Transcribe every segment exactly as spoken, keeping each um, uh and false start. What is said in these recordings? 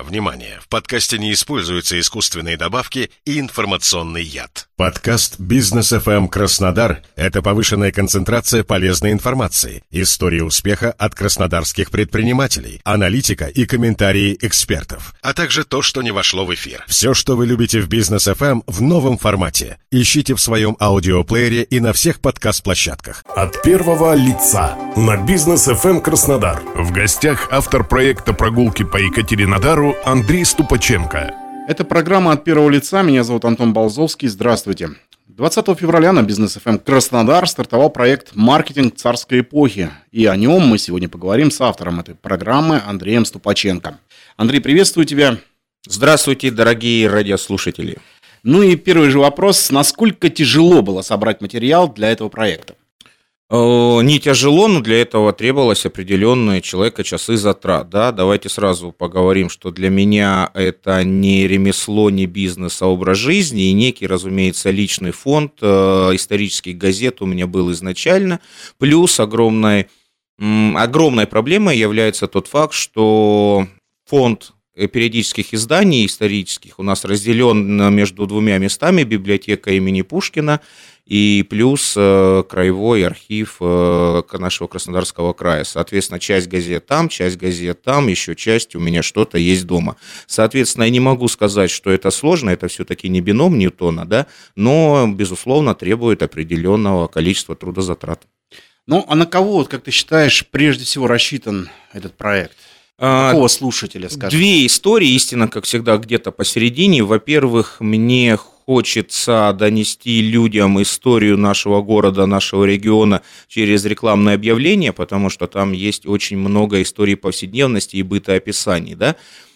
Внимание! В подкасте не используются искусственные добавки и информационный яд. Подкаст «Бизнес эф эм Краснодар» — это повышенная концентрация полезной информации, истории успеха от краснодарских предпринимателей, аналитика и комментарии экспертов, А также то, что не вошло в эфир. все, что вы любите в «Бизнес эф эм» в новом формате. Ищите в своем аудиоплеере и на всех подкаст-площадках. От первого лица на «Бизнес эф эм Краснодар». В гостях автор проекта «Прогулки по Екатеринодару» Андрей Ступаченко. Это программа «От первого лица». Меня зовут Антон Болзовский. Здравствуйте. двадцатого февраля на «Бизнес эф эм Краснодар» стартовал проект «Маркетинг царской эпохи». И о нем мы сегодня поговорим с автором этой программы Андреем Ступаченко. Андрей, приветствую тебя. Здравствуйте, дорогие радиослушатели. Ну и первый же вопрос. Насколько тяжело было собрать материал для этого проекта? Э, Не тяжело, но для этого требовалось определенные человека часы затрат. Да? Давайте сразу поговорим, что для меня это не ремесло, не бизнес, а образ жизни. И некий, разумеется, личный фонд э, исторических газет у меня был изначально. Плюс огромной, м, огромной проблемой является тот факт, что фонд периодических изданий исторических у нас разделен между двумя местами: библиотека имени Пушкина и плюс э, краевой архив э, нашего Краснодарского края. Соответственно, часть газет там, часть газет там, еще часть у меня что-то есть дома. Соответственно, я не могу сказать, что это сложно, это все-таки не бином Ньютона, да, но, безусловно, требует определенного количества трудозатрат. Ну, а на кого, вот, как ты считаешь, прежде всего рассчитан этот проект? А, Какого слушателя, скажем? Две истории, истина, как всегда, где-то посередине. Во-первых, мне хочется донести людям историю нашего города, нашего региона через рекламное объявление, потому что там есть очень много историй повседневности и бытоописаний, да.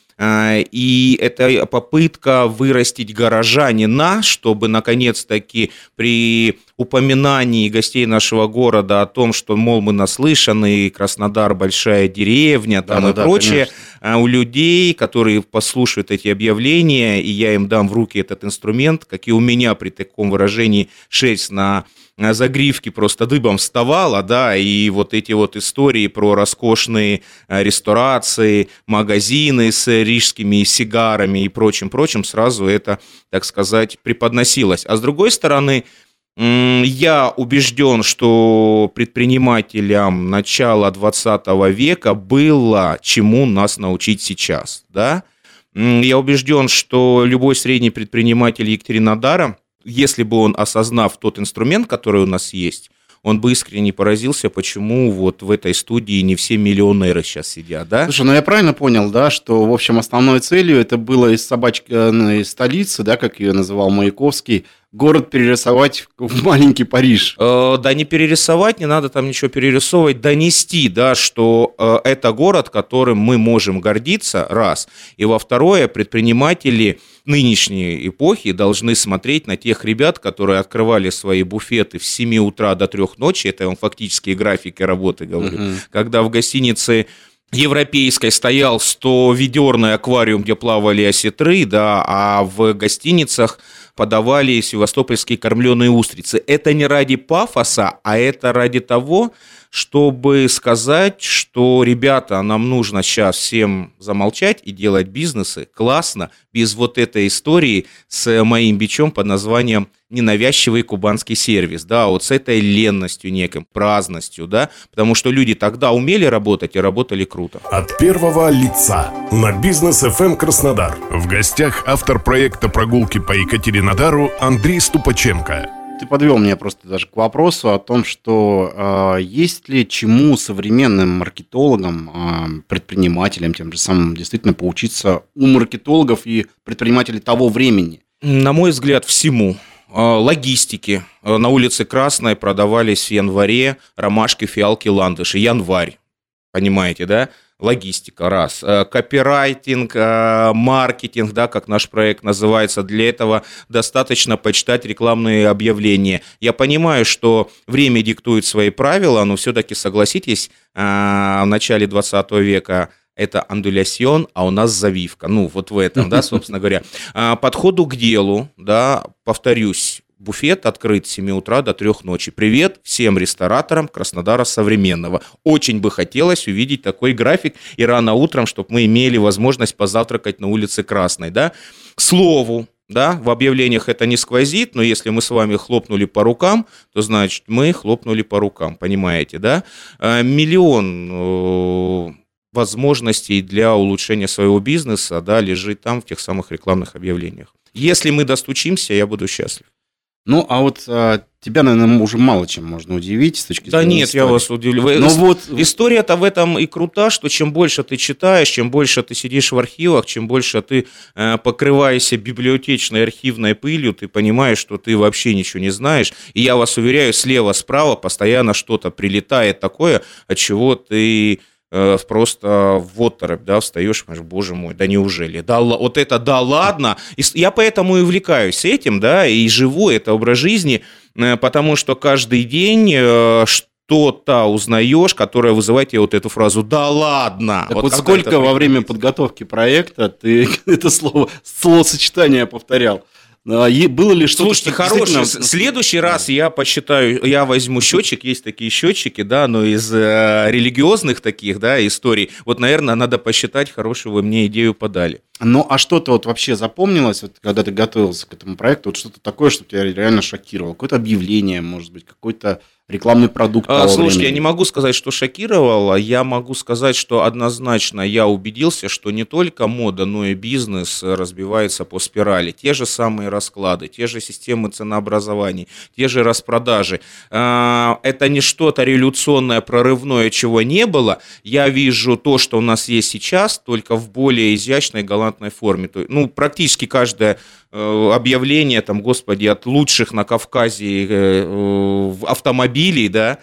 И это попытка вырастить горожанина, чтобы наконец-таки при упоминании гостей нашего города о том, что, мол, мы наслышаны, Краснодар большая деревня, там, да, и да, прочее, конечно, у людей, которые послушают эти объявления, и я им дам в руки этот инструмент, как и у меня при таком выражении шерсть на загривке просто дыбом вставала, да, и вот эти вот истории про роскошные ресторации, магазины с рижскими сигарами и прочим-прочим, сразу это, так сказать, преподносилось. А с другой стороны, я убежден, что предпринимателям начала двадцатого века было чему нас научить сейчас, да. Я убежден, что любой средний предприниматель Екатеринодара, если бы он, осознав тот инструмент, который у нас есть, он бы искренне поразился, почему вот в этой студии не все миллионеры сейчас сидят, да? Слушай, ну я правильно понял, да, что, в общем, основной целью это было из собачки столицы, да, как ее называл Маяковский, город перерисовать в маленький Париж. Э, да не перерисовать, не надо там ничего перерисовывать, донести, да, что э, это город, которым мы можем гордиться, раз. И во второе, предприниматели нынешней эпохи должны смотреть на тех ребят, которые открывали свои буфеты с семи утра до трёх ночи, это я вам фактические графики работы говорю, uh-huh. когда в гостинице европейской стоял сто-ведерный аквариум, где плавали осетры, да, а в гостиницах подавали севастопольские кормленые устрицы. Это не ради пафоса, а это ради того, чтобы сказать, что, ребята, нам нужно сейчас всем замолчать и делать бизнесы классно, без вот этой истории с моим бичом под названием «ненавязчивый кубанский сервис», да, вот с этой ленностью некой, праздностью, да, потому что люди тогда умели работать и работали круто. От первого лица на «Бизнес эф эм Краснодар». В гостях автор проекта «Прогулки по Екатеринодару» Андрей Ступаченко. Ты подвел меня просто даже к вопросу о том, что э, есть ли чему современным маркетологам, э, предпринимателям, тем же самым, действительно поучиться у маркетологов и предпринимателей того времени? На мой взгляд, всему. Логистики. На улице Красной продавались в январе ромашки, фиалки, ландыши. Январь. Понимаете, да? Логистика, раз. Копирайтинг, маркетинг, да, как наш проект называется. Для этого достаточно почитать рекламные объявления. Я понимаю, что время диктует свои правила, но все-таки, согласитесь, в начале двадцатого века это андулясьон, а у нас завивка. Ну, вот в этом, да, собственно говоря. Подходу к делу, да, повторюсь, буфет открыт с семи утра до трёх ночи. Привет всем рестораторам Краснодара современного. Очень бы хотелось увидеть такой график и рано утром, чтобы мы имели возможность позавтракать на улице Красной. Да? К слову, да, в объявлениях это не сквозит, но если мы с вами хлопнули по рукам, то значит мы хлопнули по рукам, понимаете, да? Миллион возможностей для улучшения своего бизнеса, да, лежит там в тех самых рекламных объявлениях. Если мы достучимся, я буду счастлив. Ну, а вот а, тебя, наверное, уже мало чем можно удивить с точки зрения Да нет, истории. я вас удивляю. Но вот... История-то в этом и крута, что чем больше ты читаешь, чем больше ты сидишь в архивах, чем больше ты э, покрываешься библиотечной архивной пылью, ты понимаешь, что ты вообще ничего не знаешь. И я вас уверяю, слева-справа постоянно что-то прилетает такое, от чего ты... просто в оторопь, да, встаешь, говоришь, боже мой, да неужели, да, вот это да ладно, и я поэтому и увлекаюсь этим, да, и живу это образ жизни, потому что каждый день что-то узнаешь, которое вызывает тебе вот эту фразу «да ладно». Так вот, вот сколько во время подготовки проекта ты это слово, словосочетание повторял? Было ли что-то... Слушайте, хороший. В следующий раз я посчитаю, я возьму счетчик, есть такие счетчики, да, но из э, религиозных таких, да, историй. Вот, наверное, надо посчитать, хорошую вы мне идею подали. Ну, а что-то вот вообще запомнилось, вот, когда ты готовился к этому проекту, вот что-то такое, что тебя реально шокировало? Какое-то объявление, может быть, какой-то рекламный продукт того Слушайте, времени? Я не могу сказать, что шокировало, я могу сказать, что однозначно я убедился, что не только мода, но и бизнес разбивается по спирали. Те же самые расклады, те же системы ценообразований, те же распродажи. Это не что-то революционное, прорывное, чего не было. Я вижу то, что у нас есть сейчас, только в более изящной, галантной форме. Ну, практически каждое объявление, там, господи, от лучших на Кавказе автомобилей, да,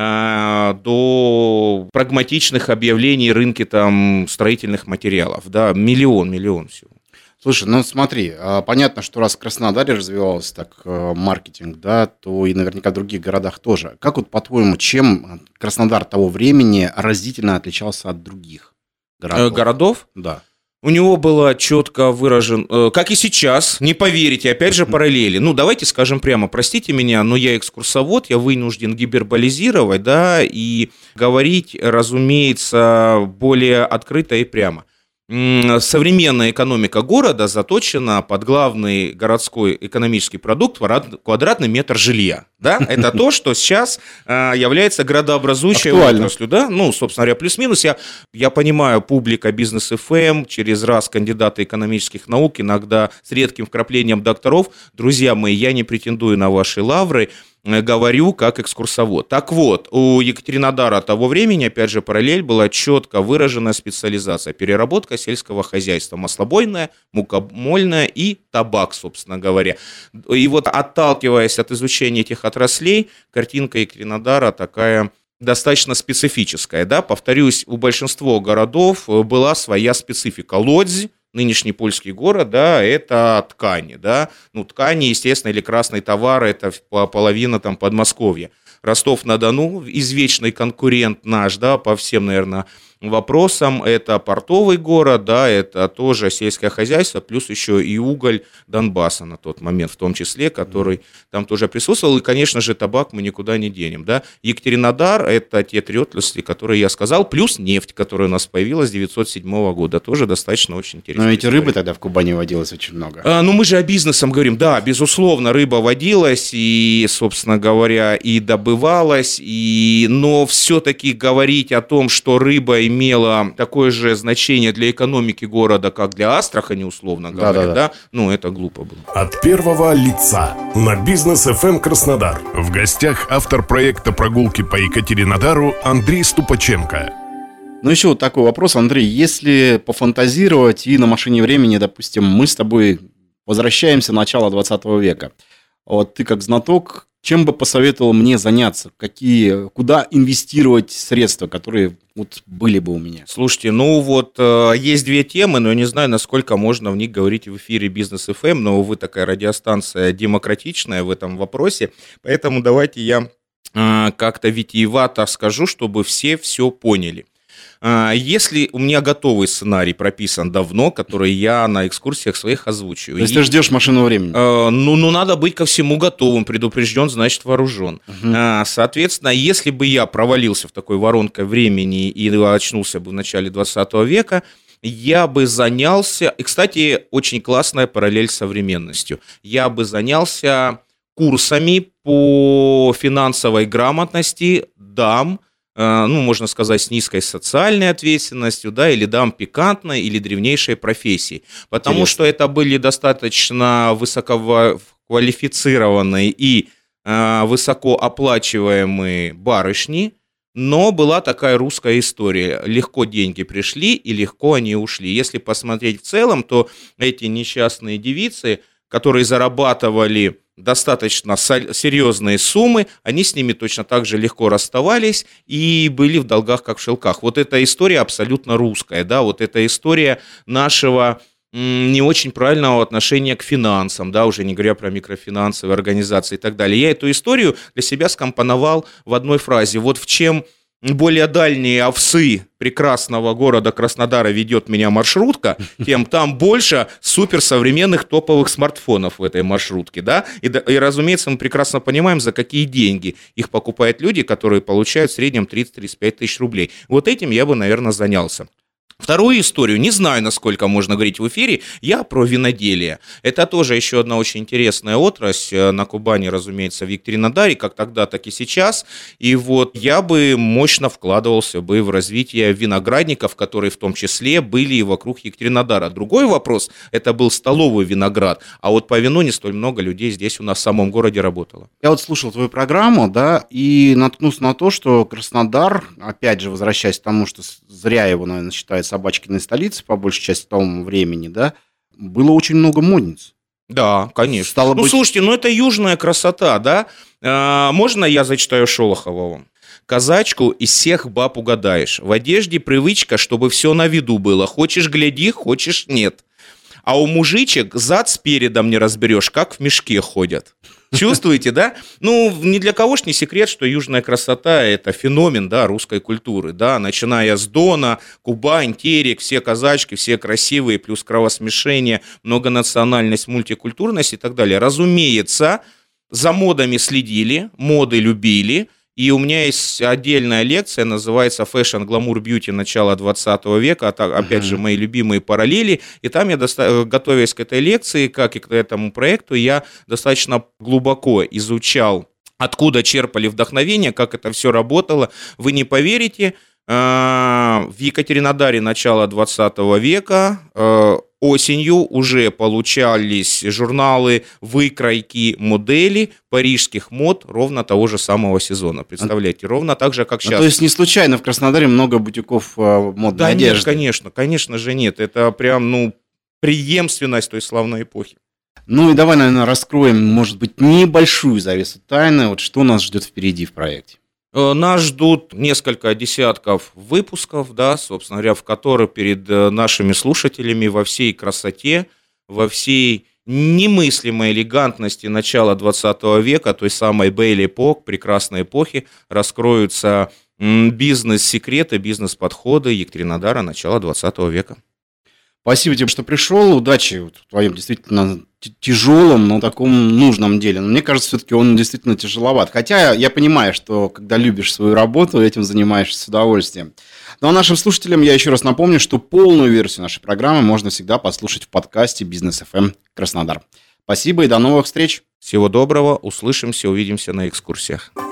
до прагматичных объявлений рынки там строительных материалов, да, миллион, миллион всего. Слушай, ну смотри, понятно, что раз в Краснодаре развивался так маркетинг, да, то и наверняка в других городах тоже. Как вот, по-твоему, чем Краснодар того времени разительно отличался от других городов? Городов? Да. У него было четко выражен, как и сейчас, не поверите, опять же параллели. Ну, давайте скажем прямо, простите меня, но я экскурсовод, я вынужден гиперболизировать, да, и говорить, разумеется, более открыто и прямо. Современная экономика города заточена под главный городской экономический продукт квадратный метр жилья. Да? Это то, что сейчас является градообразующей отраслью. Да? Ну, собственно говоря, плюс-минус. Я, я понимаю, публика Бизнес эф эм, через раз кандидаты экономических наук, иногда с редким вкраплением докторов. Друзья мои, я не претендую на ваши лавры. Говорю как экскурсовод. Так вот, у Екатеринодара того времени, опять же, параллель была четко выраженная специализация. Переработка сельского хозяйства. Маслобойная, мукомольная и табак, собственно говоря. И вот, отталкиваясь от изучения этих отраслей, картинка Екатеринодара такая достаточно специфическая. Да? Повторюсь, у большинства городов была своя специфика. Лодзь, нынешний польский город, да, это ткани, да, ну, ткани, естественно, или красный товар, это половина там Подмосковья. Ростов-на-Дону, извечный конкурент наш, да, по всем, наверное, вопросам, это портовый город, да, это тоже сельское хозяйство, плюс еще и уголь Донбасса на тот момент, в том числе, который там тоже присутствовал, и, конечно же, табак мы никуда не денем, да. Екатеринодар – это те три отрасли, которые я сказал, плюс нефть, которая у нас появилась с девятьсот седьмого года, тоже достаточно очень интересно. Но эти рыбы тогда в Кубани водилось очень много. А, ну, мы же о бизнесом говорим, да, безусловно, рыба водилась, и, собственно говоря, и добывалась, и... но все-таки говорить о том, что рыба имела такое же значение для экономики города, как для Астрахани, условно говоря, да, да, да. да, ну, это глупо было. От первого лица на Бизнес эф эм Краснодар. В гостях автор проекта «Прогулки по Екатеринодару» Андрей Ступаченко. Ну, еще вот такой вопрос, Андрей. Если пофантазировать и на машине времени, допустим, мы с тобой возвращаемся в начало двадцатого века. Вот ты как знаток, чем бы посоветовал мне заняться? Какие, куда инвестировать средства, которые вот были бы у меня? Слушайте, ну вот э, есть две темы, но я не знаю, насколько можно в них говорить в эфире Бизнес эф эм, но вы такая радиостанция демократичная в этом вопросе, поэтому давайте я э, как-то витиевато скажу, чтобы все все поняли. Если у меня готовый сценарий прописан давно, который я на экскурсиях своих озвучиваю. То есть ты ждешь машину времени? Ну, ну, надо быть ко всему готовым, предупрежден, значит вооружен. Угу. Соответственно, если бы я провалился в такой воронкой времени и очнулся бы в начале двадцатого века, я бы занялся, и, кстати, очень классная параллель с современностью, я бы занялся курсами по финансовой грамотности дам, ну, можно сказать, с низкой социальной ответственностью, да, или дам пикантной, или древнейшей профессии. Потому Интересно. Что это были достаточно высококвалифицированные и э, высокооплачиваемые барышни, но была такая русская история. Легко деньги пришли, и легко они ушли. Если посмотреть в целом, то эти несчастные девицы, которые зарабатывали достаточно серьезные суммы, они с ними точно так же легко расставались и были в долгах, как в шелках. Вот эта история абсолютно русская, да, вот эта история нашего не очень правильного отношения к финансам, да, уже не говоря про микрофинансовые организации и так далее. Я эту историю для себя скомпоновал в одной фразе. Вот в чем более дальние овсы прекрасного города Краснодара ведет меня маршрутка, тем там больше суперсовременных топовых смартфонов в этой маршрутке, да, и, и, разумеется, мы прекрасно понимаем, за какие деньги их покупают люди, которые получают в среднем тридцать-тридцать пять тысяч рублей. Вот этим я бы, наверное, занялся. Вторую историю, не знаю, насколько можно говорить в эфире, я про виноделие. Это тоже еще одна очень интересная отрасль на Кубани, разумеется, в Екатеринодаре, как тогда, так и сейчас. И вот я бы мощно вкладывался бы в развитие виноградников, которые в том числе были и вокруг Екатеринодара. Другой вопрос, это был столовый виноград, а вот по вину не столь много людей здесь у нас в самом городе работало. Я вот слушал твою программу, да, и наткнулся на то, что Краснодар, опять же, возвращаясь к тому, что зря его, наверное, считают собачкиной столицей, по большей части того времени, да, было очень много модниц. Да, конечно. Стало ну, быть... слушайте, ну это южная красота, да? А, можно я зачитаю Шолохова вам? Казачку из всех баб угадаешь. В одежде привычка, чтобы все на виду было. Хочешь гляди, хочешь нет. А у мужичек зад с передом не разберешь, как в мешке ходят. Чувствуете, да? Ну, ни для кого ж не секрет, что южная красота – это феномен, да, русской культуры, да, начиная с Дона, Кубань, Терек, все казачки, все красивые, плюс кровосмешение, многонациональность, мультикультурность и так далее. Разумеется, за модами следили, моды любили, и у меня есть отдельная лекция, называется «Fashion, Glamour, Beauty. Начало двадцатого века», а опять uh-huh. же, мои любимые параллели, и там я, доста- готовясь к этой лекции, как и к этому проекту, я достаточно глубоко изучал, откуда черпали вдохновение, как это все работало. Вы не поверите, в Екатеринодаре начала двадцатого века осенью уже получались журналы выкройки модели парижских мод ровно того же самого сезона. Представляете, ровно так же, как сейчас. Ну, то есть не случайно в Краснодаре много бутиков модной да, одежды? Нет, конечно, конечно же нет. Это прям, ну, преемственность той славной эпохи. Ну и давай, наверное, раскроем, может быть, небольшую завесу тайны. Вот что нас ждет впереди в проекте? Нас ждут несколько десятков выпусков, да, собственно говоря, в которых перед нашими слушателями во всей красоте, во всей немыслимой элегантности начала двадцатого века, той самой Belle Époque, прекрасной эпохи, раскроются бизнес-секреты, бизнес-подходы Екатеринодара начала двадцатого века. Спасибо тебе, что пришел. Удачи в твоем действительно тяжелом, но таком нужном деле. Но мне кажется, все-таки он действительно тяжеловат. Хотя я понимаю, что когда любишь свою работу, этим занимаешься с удовольствием. Ну а нашим слушателям я еще раз напомню, что полную версию нашей программы можно всегда послушать в подкасте «Бизнес эф эм Краснодар». Спасибо и до новых встреч. Всего доброго. Услышимся, увидимся на экскурсиях.